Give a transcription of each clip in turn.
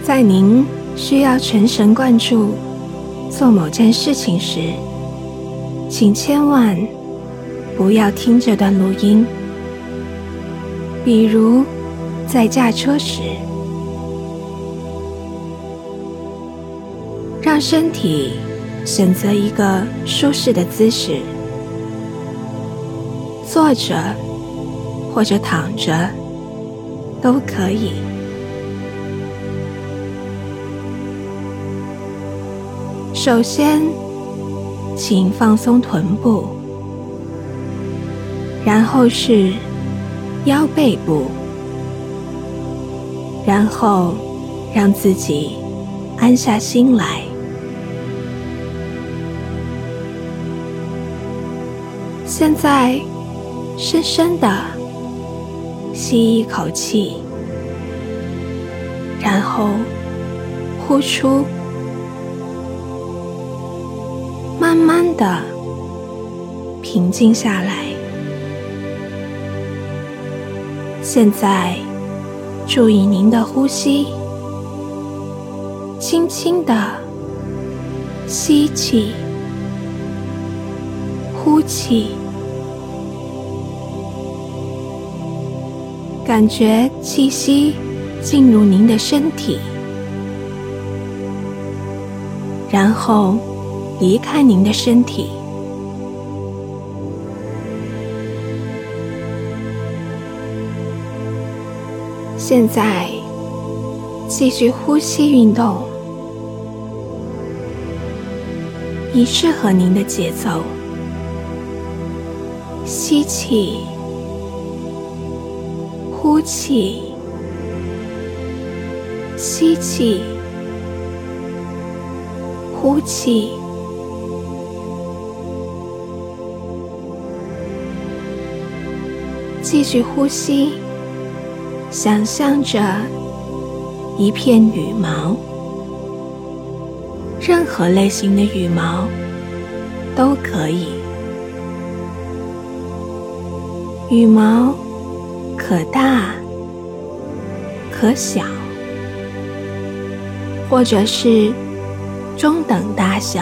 在您需要全神贯注做某件事情时，请千万不要听这段录音。比如在驾车时，让身体选择一个舒适的姿势，坐着或者躺着都可以。首先，请放松臀部，然后是腰背部，然后让自己安下心来。现在，深深地吸一口气，然后呼出，慢慢地平静下来。现在，注意您的呼吸，轻轻地吸气，呼气，感觉气息进入您的身体，然后离开您的身体。现在继续呼吸运动，以适合您的节奏。吸气，呼气，吸气，呼气。继续呼吸，想象着一片羽毛，任何类型的羽毛都可以。羽毛可大可小，或者是中等大小。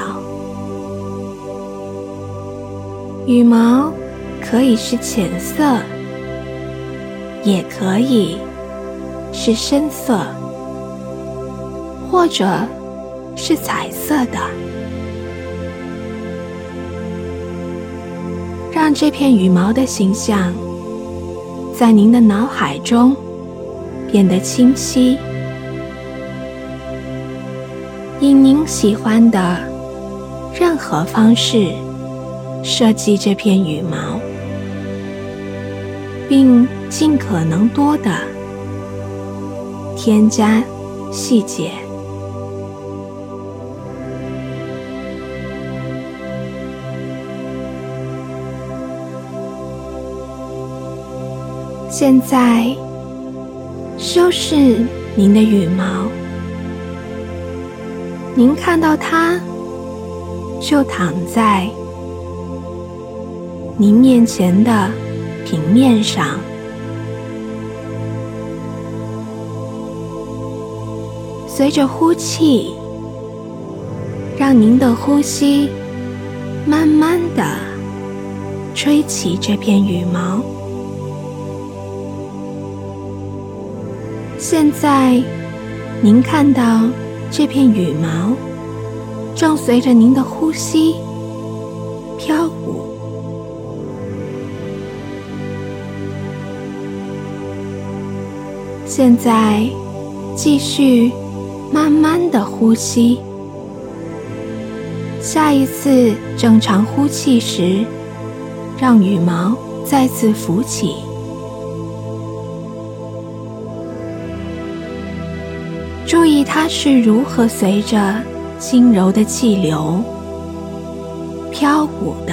羽毛可以是浅色，也可以是深色，或者是彩色的。让这片羽毛的形象在您的脑海中变得清晰，以您喜欢的任何方式设计这片羽毛，并尽可能多地添加细节。现在，收拾您的羽毛。您看到它，就躺在您面前的平面上。随着呼气，让您的呼吸慢慢地吹起这片羽毛。现在，您看到这片羽毛正随着您的呼吸飘舞。现在，继续慢慢地呼吸。下一次正常呼气时，让羽毛再次浮起。注意它是如何随着轻柔的气流飘舞的。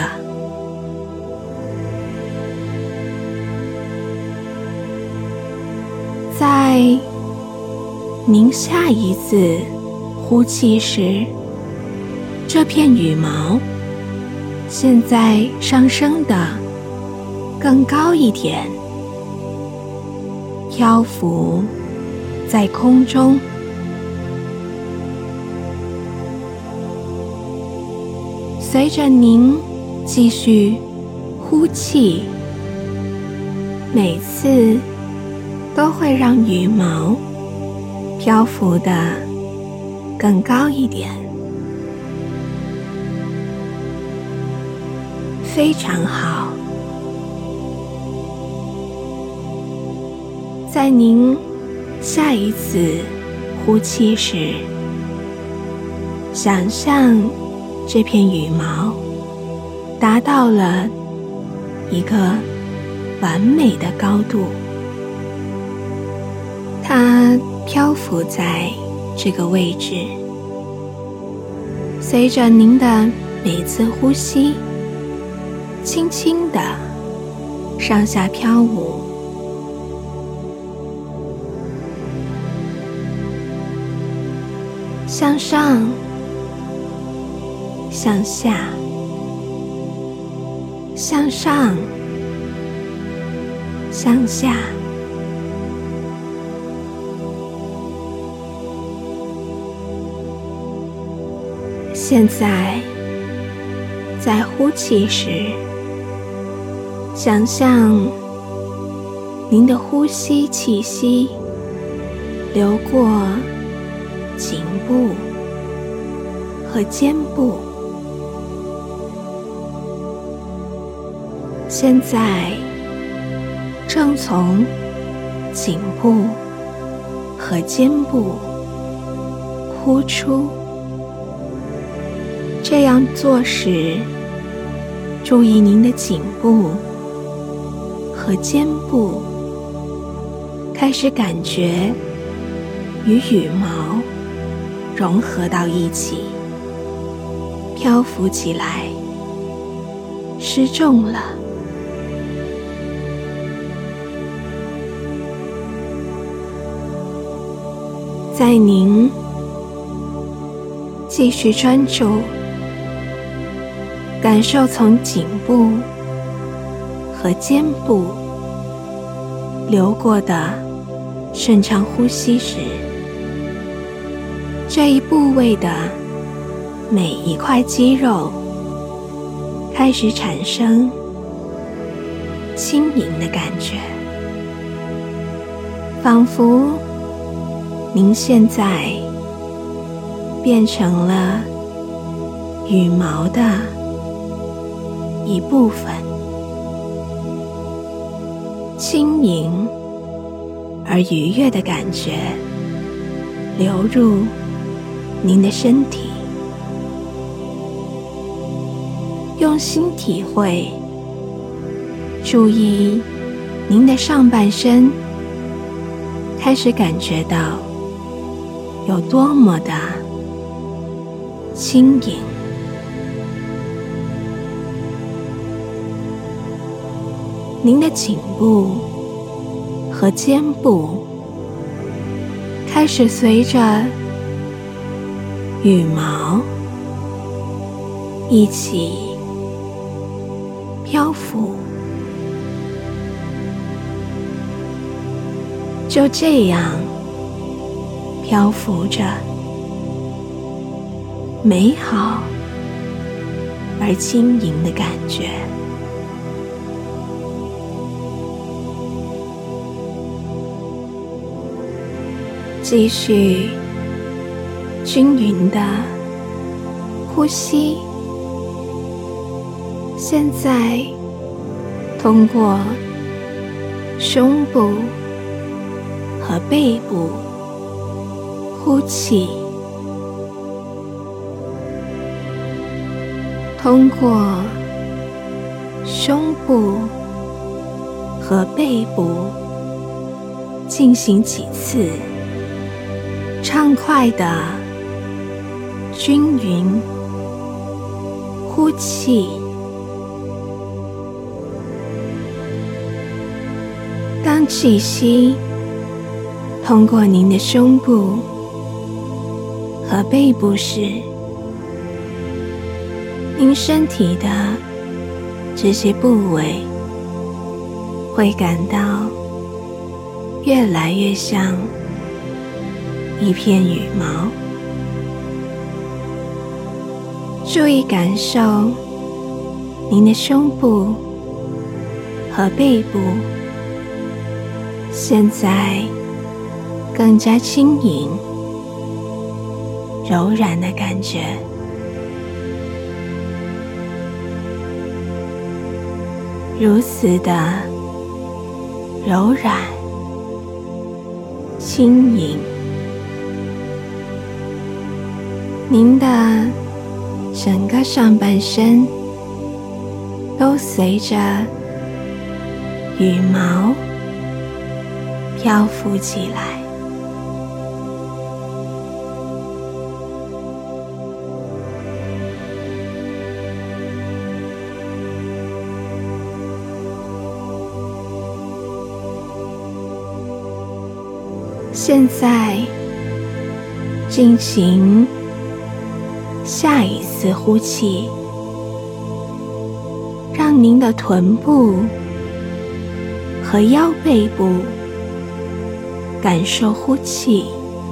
在您下一次呼气时，这片羽毛现在上升的更高一点，漂浮在空中。 随着您继续呼气，每次都会让羽毛漂浮得更高一点。非常好。在您下一次呼气时，想象这片羽毛达到了一个完美的高度，它漂浮在这个位置，随着您的每次呼吸，轻轻地上下飘舞，向上，向下，向上，向下。现在，在呼气时，想象您的呼吸气息流过颈部和肩部。现在正从颈部和肩部呼出。这样做时，注意您的颈部和肩部开始感觉与羽毛融合到一起，漂浮起来，失重了。在您继续专注感受从颈部和肩部流过的顺畅呼吸时，这一部位的每一块肌肉开始产生轻盈的感觉，仿佛您现在变成了羽毛的一部分，轻盈而愉悦的感觉流入您的身体，用心体会，注意您的上半身开始感觉到有多么的轻盈。您的颈部和肩部开始随着羽毛一起漂浮，就这样漂浮着，美好而轻盈的感觉。继续均匀的呼吸，现在通过胸部和背部呼气，通过胸部和背部进行几次畅快的均匀呼气。当气息通过您的胸部和背部时，您身体的这些部位会感到越来越像一片羽毛， 注意感受您的胸部和背部现在更加轻盈、柔软的感觉。如此的柔软、轻盈，您的整个上半身都随着羽毛漂浮起来。现在进行下一次呼气，让您的臀部和腰背部感受呼气，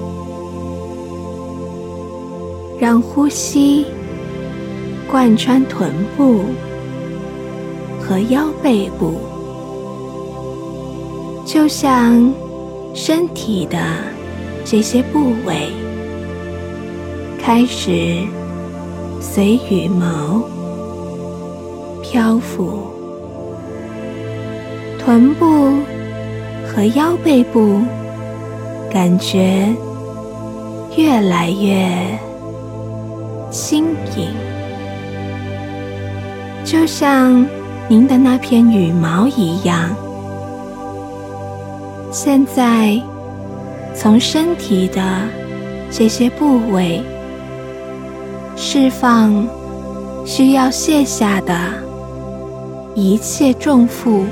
让呼吸贯穿臀部和腰背部，就像身体的这些部位开始随羽毛漂浮，臀部和腰背部感觉越来越轻盈，就像您的那片羽毛一样。现在从身体的这些部位释放需要卸下的一切重负，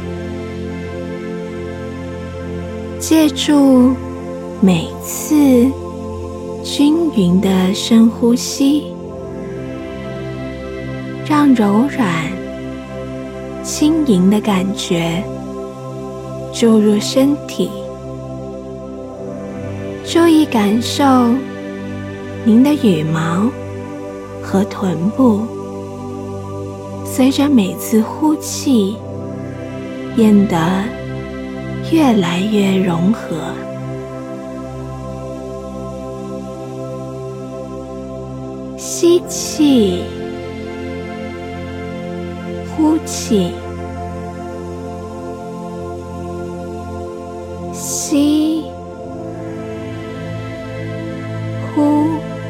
借助每次均匀的深呼吸，让柔软轻盈的感觉注入身体。注意感受您的羽毛和臀部随着每次呼气变得越来越融合。吸气，呼气，吸，呼，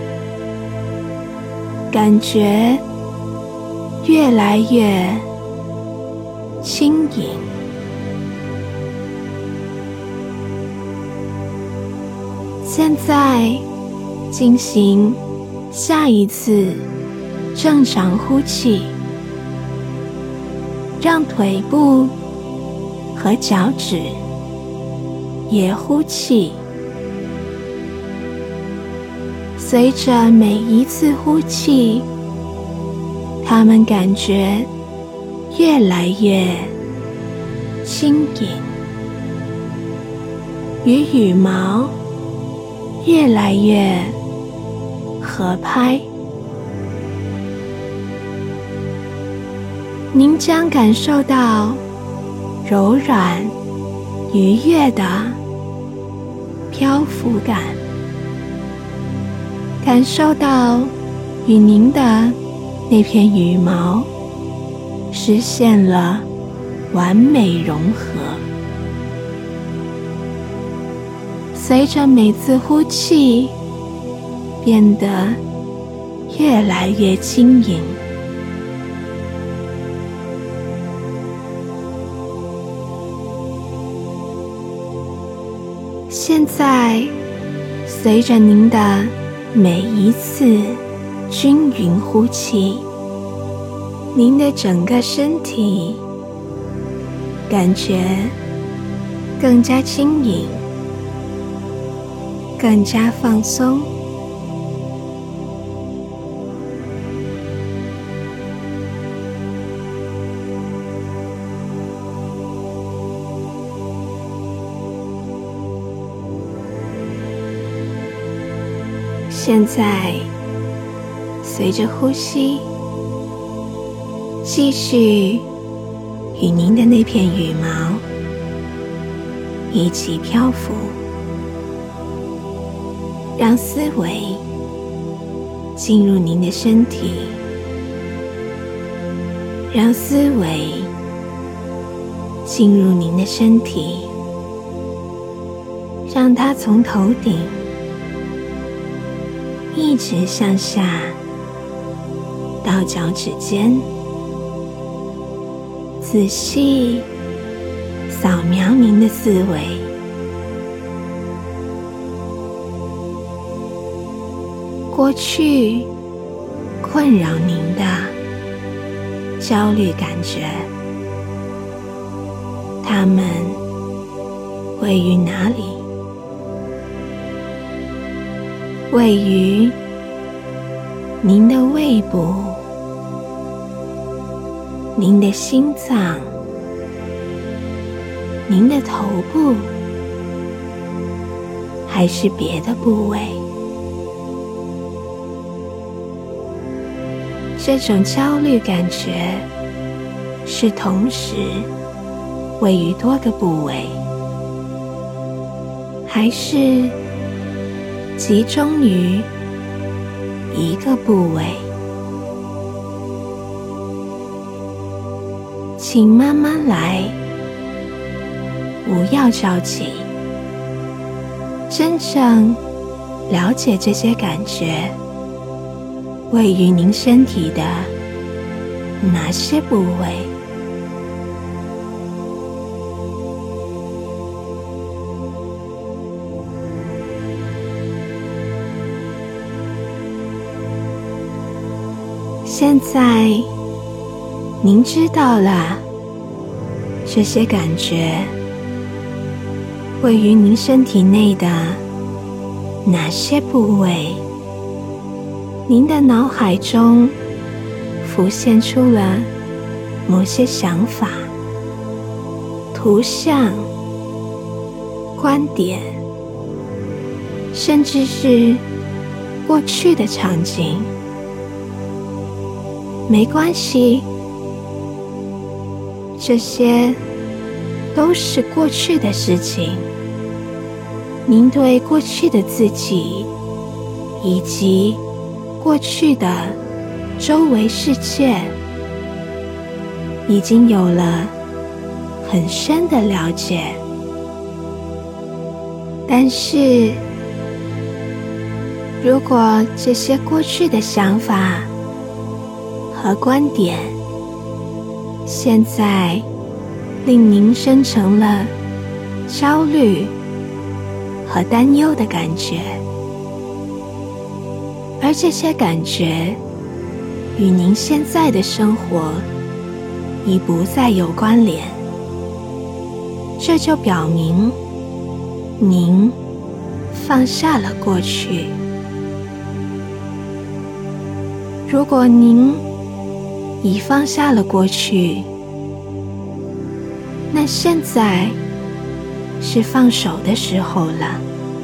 感觉越来越轻盈。现在进行下一次正常呼气，让腿部和脚趾也呼气。随着每一次呼气，它们感觉越来越轻盈，与羽毛越来越合拍。您将感受到柔软愉悦的漂浮感，感受到与您的那片羽毛实现了完美融合。随着每次呼气变得越来越轻盈。现在随着您的每一次均匀呼气，您的整个身体感觉更加轻盈，更加放松。现在随着呼吸， 继续与您的那片羽毛一起漂浮，让思维进入您的身体，让思维进入您的身体，让它从头顶一直向下到脚趾尖，仔细扫描您的思维，过去困扰您的焦虑感觉，它们位于哪里？位于您的胃部、您的心脏、您的头部，还是别的部位？这种焦虑感觉是同时位于多个部位，还是集中于一个部位？请慢慢来，不要着急，真正了解这些感觉位于您身体的哪些部位。现在您知道了这些感觉位于您身体内的哪些部位，您的脑海中浮现出了某些想法、图像、观点，甚至是过去的场景。没关系，这些都是过去的事情。您对过去的自己以及过去的周围世界已经有了很深的了解，但是如果这些过去的想法和观点现在令您生成了焦虑和担忧的感觉，而这些感觉与您现在的生活已不再有关联，这就表明您放下了过去。如果您已放下了过去，那现在是放手的时候了。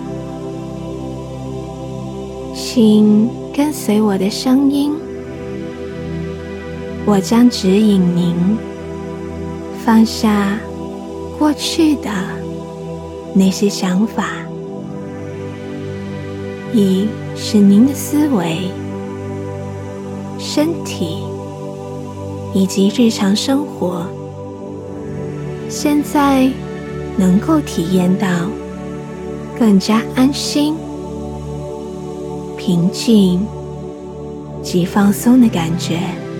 请跟随我的声音，我将指引您放下过去的那些想法，以使您的思维、身体以及日常生活现在能够体验到更加安心、平静及放松的感觉。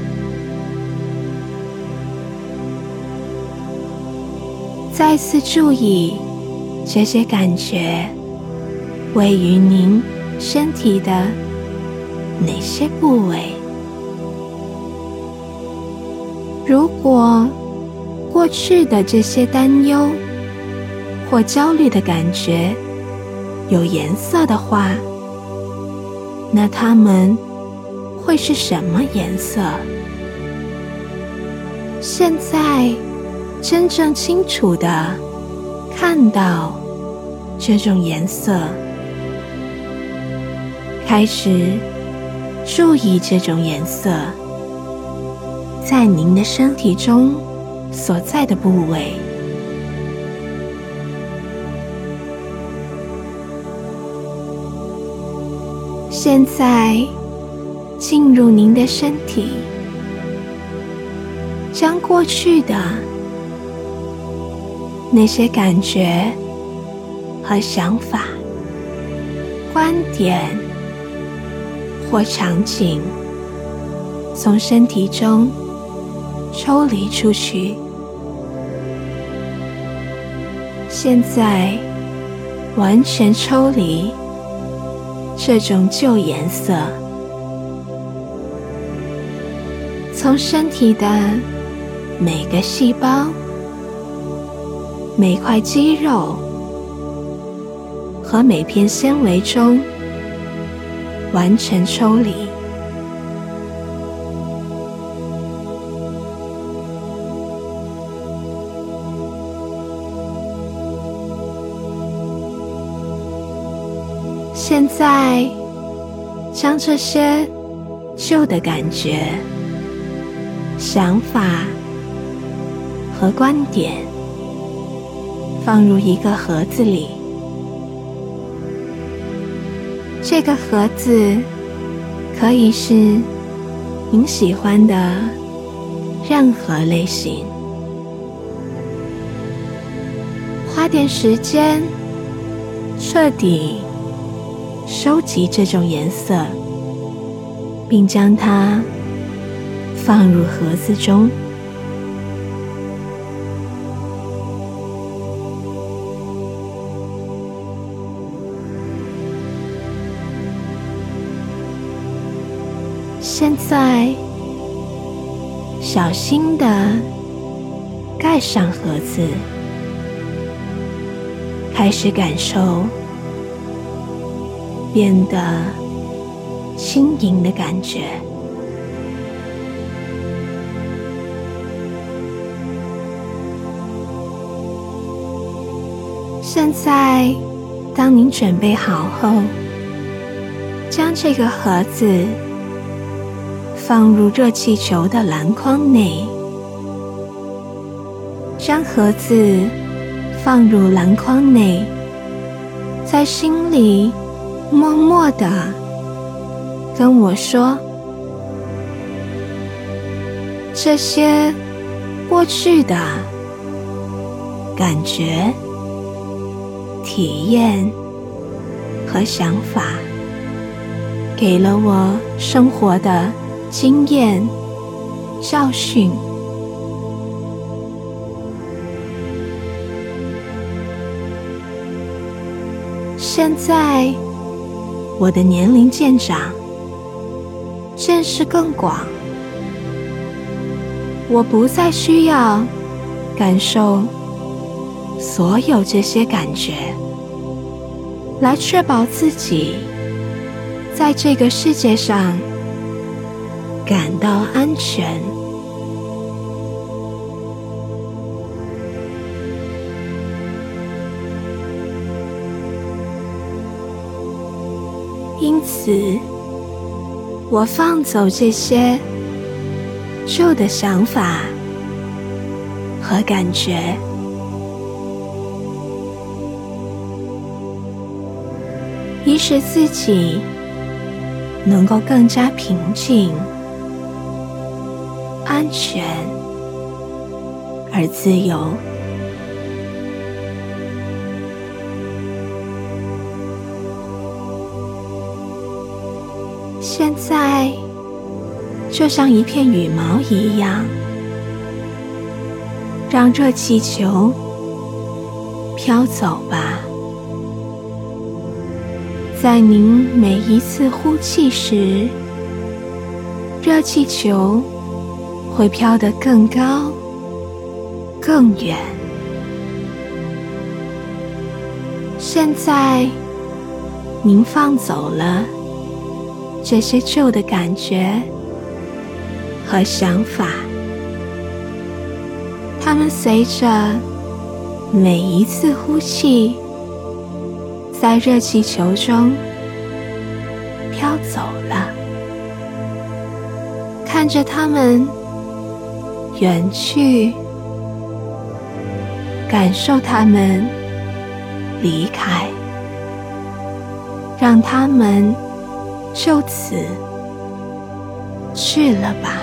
再次注意这些感觉位于您身体的哪些部位。如果过去的这些担忧或焦虑的感觉有颜色的话，那它们会是什么颜色？现在真正清楚地看到这种颜色，开始注意这种颜色在您的身体中所在的部位。现在进入您的身体，将过去的那些感觉和想法、观点或场景从身体中抽离出去。现在完全抽离这种旧颜色，从身体的每个细胞、每块肌肉和每片纤维中完全抽离。现在将这些旧的感觉、想法和观点放入一个盒子里。这个盒子可以是您喜欢的任何类型。花点时间彻底收集这种颜色，并将它放入盒子中。现在小心地盖上盒子，开始感受变得轻盈的感觉。现在当您准备好后，将这个盒子放入热气球的篮筐内。将盒子放入篮筐内，在心里默默地跟我说，这些过去的感觉、体验和想法，给了我生活的经验、教训。现在我的年龄渐长，见识更广，我不再需要感受所有这些感觉，来确保自己在这个世界上感到安全。因此，我放走这些旧的想法和感觉，以使自己能够更加平静、安全而自由。现在就像一片羽毛一样，让热气球飘走吧。在您每一次呼气时，热气球会飘得更高、更远。现在您放走了这些旧的感觉和想法，它们随着每一次呼气，在热气球中飘走了。看着它们远去，感受它们离开，让它们就此去了吧。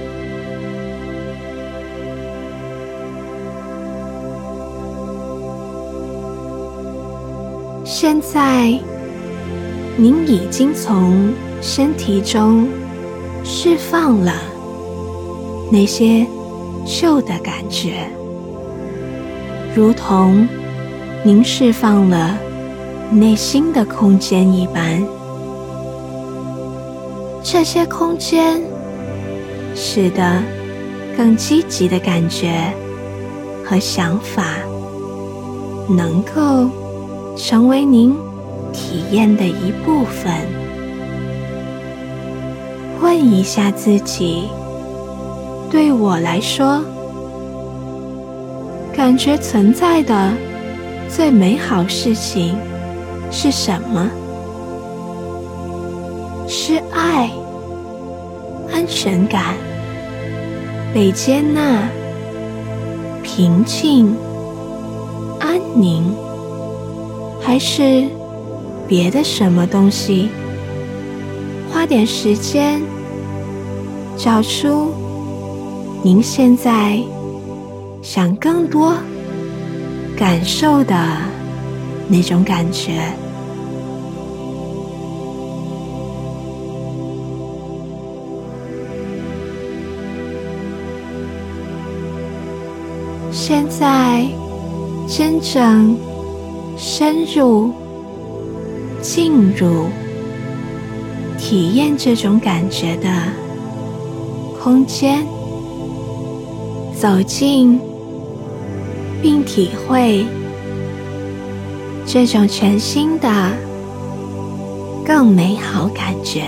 现在，您已经从身体中释放了那些旧的感觉，如同您释放了内心的空间一般。这些空间使得更积极的感觉和想法能够成为您体验的一部分。问一下自己，对我来说，感觉存在的最美好事情是什么？是爱、安全感、被接纳、平静、安宁，还是别的什么东西？花点时间找出您现在想更多感受的那种感觉。现在真正深入、进入、体验这种感觉的空间，走进并体会这种全新的、更美好感觉。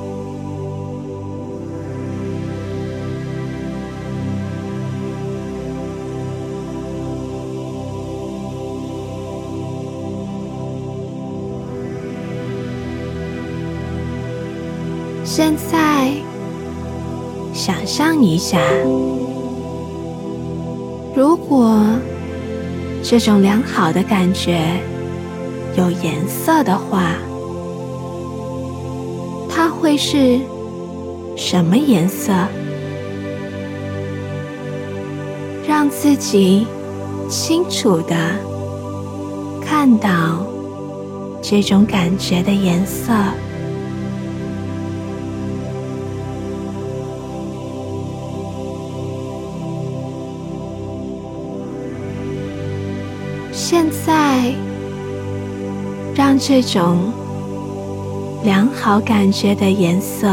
现在想象一下，如果这种良好的感觉有颜色的话，它会是什么颜色？让自己清楚地看到这种感觉的颜色。现在，让这种良好感觉的颜色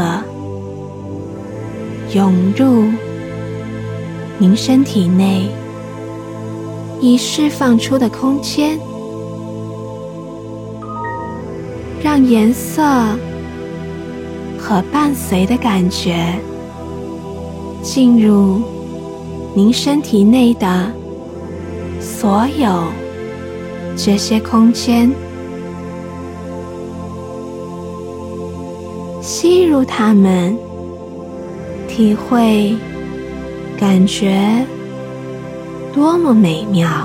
涌入您身体内已释放出的空间，让颜色和伴随的感觉进入您身体内的所有这些空间，吸入它们，体会感觉多么美妙。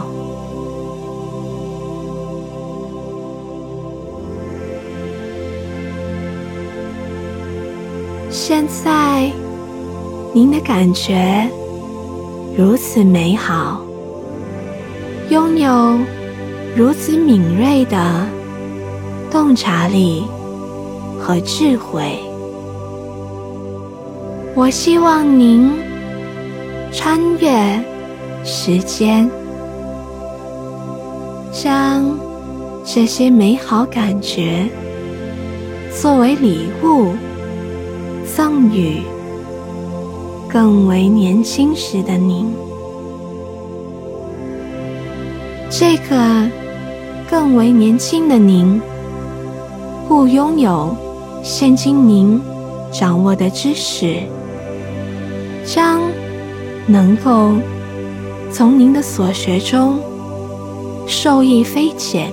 现在您的感觉如此美好，拥有如此敏锐的洞察力和智慧。我希望您穿越时间，将这些美好感觉作为礼物赠予更为年轻时的您。这个更为年轻的您，不拥有现今您掌握的知识，将能够从您的所学中受益匪浅。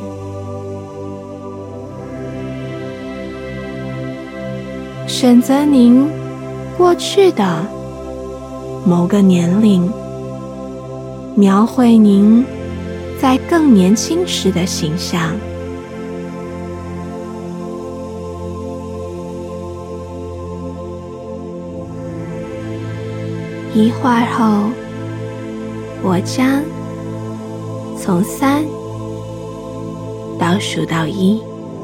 选择您过去的某个年龄，描绘您在更年轻时的形象。一会儿后，我将从3倒数到1，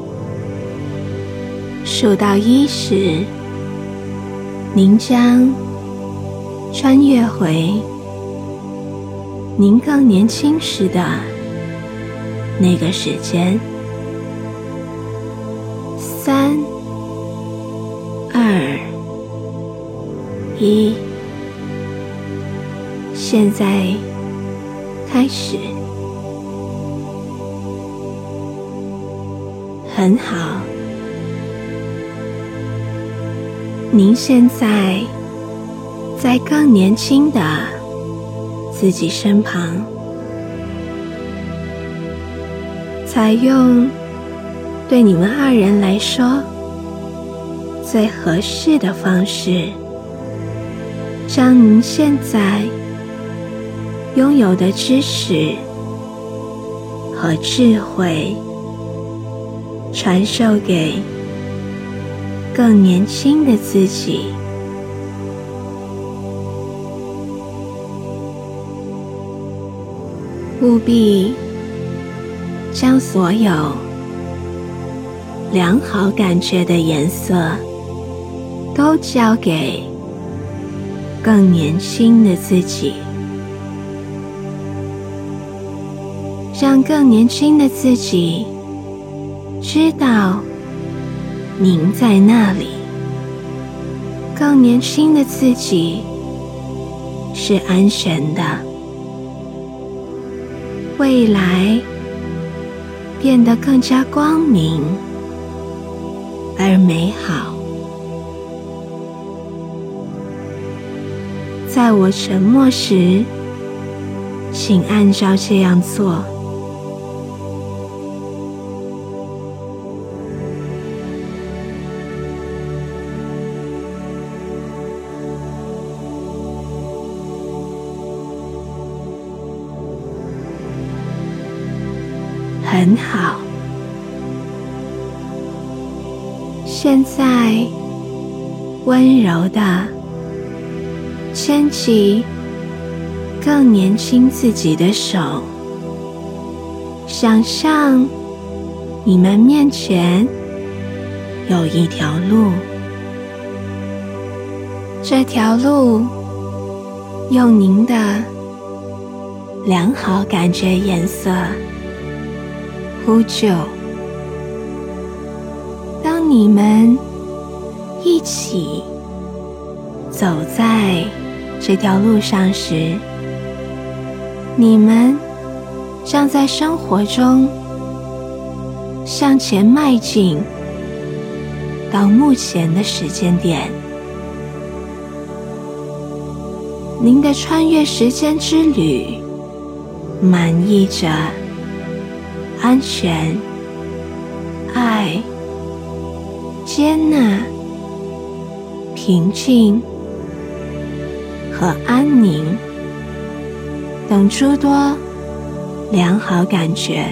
数到1时，您将穿越回您更年轻时的那个时间。3、2、1，现在开始。很好，您现在在更年轻的自己身旁，采用对你们2人来说最合适的方式，将您现在拥有的知识和智慧传授给更年轻的自己。务必将所有良好感觉的颜色都交给更年轻的自己，让更年轻的自己知道您在那里。更年轻的自己是安全的，未来变得更加光明而美好。在我沉默时，请按照这样做。很好，现在温柔地牵起更年轻自己的手，想象你们面前有一条路，这条路用您的良好感觉颜色铺就。当你们一起走在这条路上时，你们将在生活中向前迈进到目前的时间点。您的穿越时间之旅满溢着安全、爱、接纳、平静和安宁等诸多良好感觉。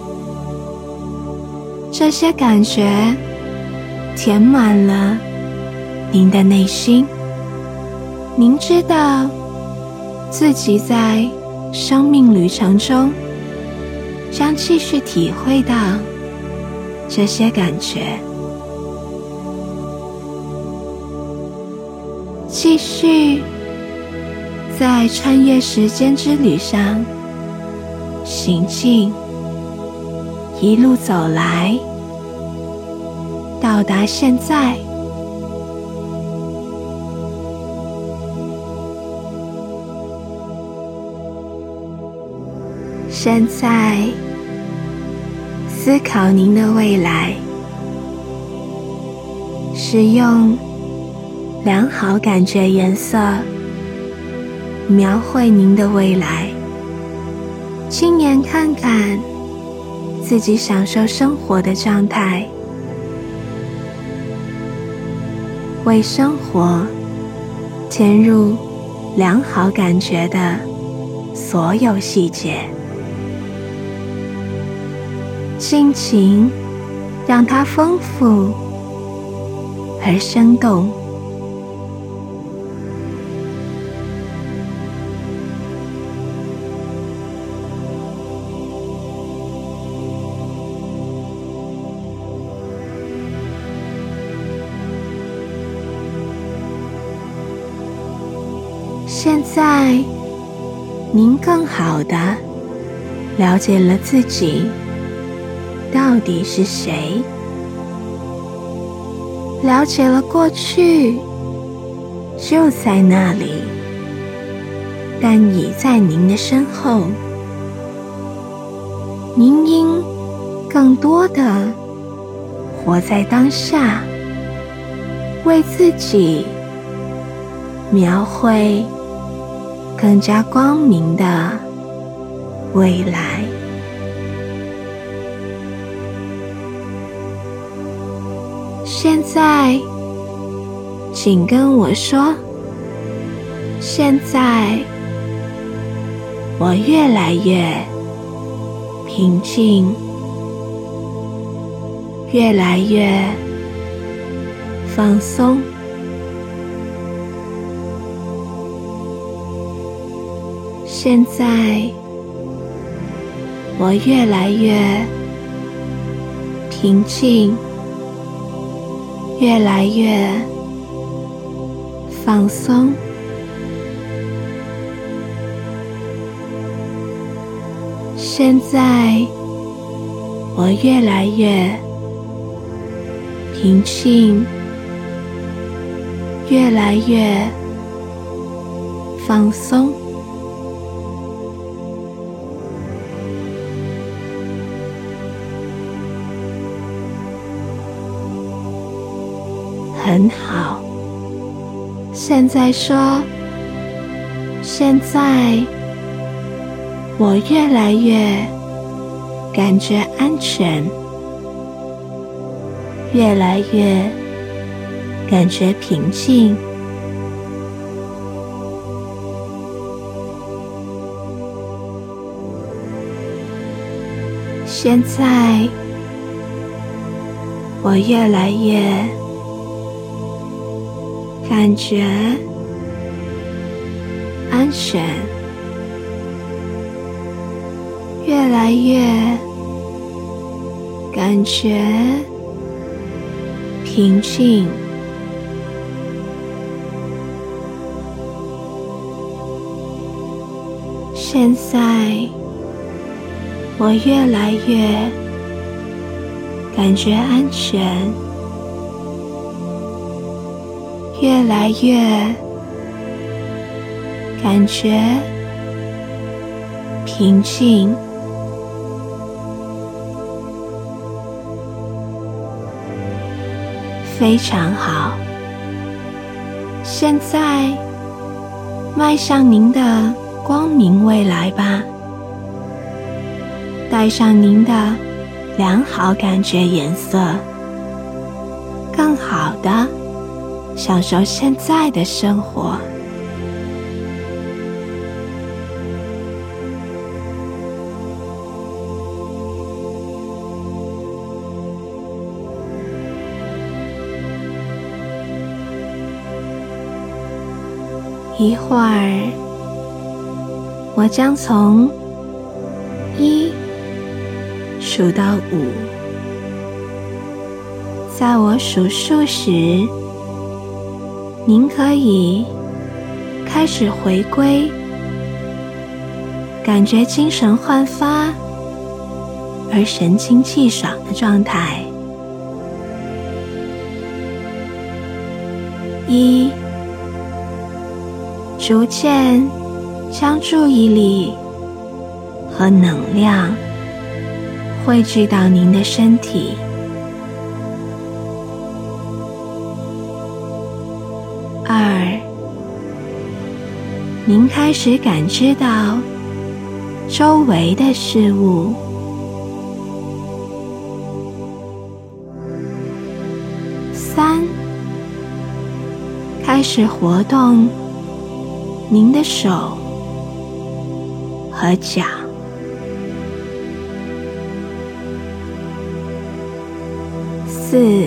这些感觉填满了您的内心，您知道自己在生命旅程中将继续体会到这些感觉，继续在穿越时间之旅上行进，一路走来，到达现在。现在思考您的未来，使用良好感觉颜色描绘您的未来，亲眼看看自己享受生活的状态，为生活填入良好感觉的所有细节，尽情让它丰富而生动。现在，您更好地了解了自己到底是谁，了解了过去就在那里，但已在您的身后。您应更多地活在当下，为自己描绘更加光明的未来。现在，请跟我说，现在我越来越平静，越来越放松。现在，我越来越平静，越来越放松。现在，我越来越平静，越来越放松。很好，现在说，现在我越来越感觉安全，越来越感觉平静。现在我越来越感觉安全，越来越感觉平静。现在我越来越感觉安全，越来越感觉平静。非常好，现在迈向您的光明未来吧，带上您的良好感觉颜色，更好的享受现在的生活。一会儿，我将从1数到5，在我数数时，您可以开始回归，感觉精神焕发而神清气爽的状态。1，逐渐将注意力和能量汇聚到您的身体。2，您开始感知到周围的事物。3，开始活动您的手和脚。4.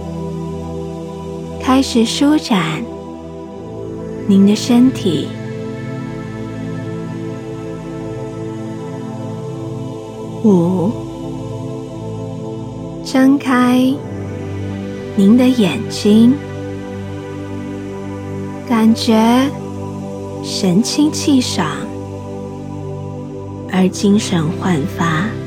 开始舒展您的身体。5. 睁开您的眼睛，感觉神清气爽而精神焕发。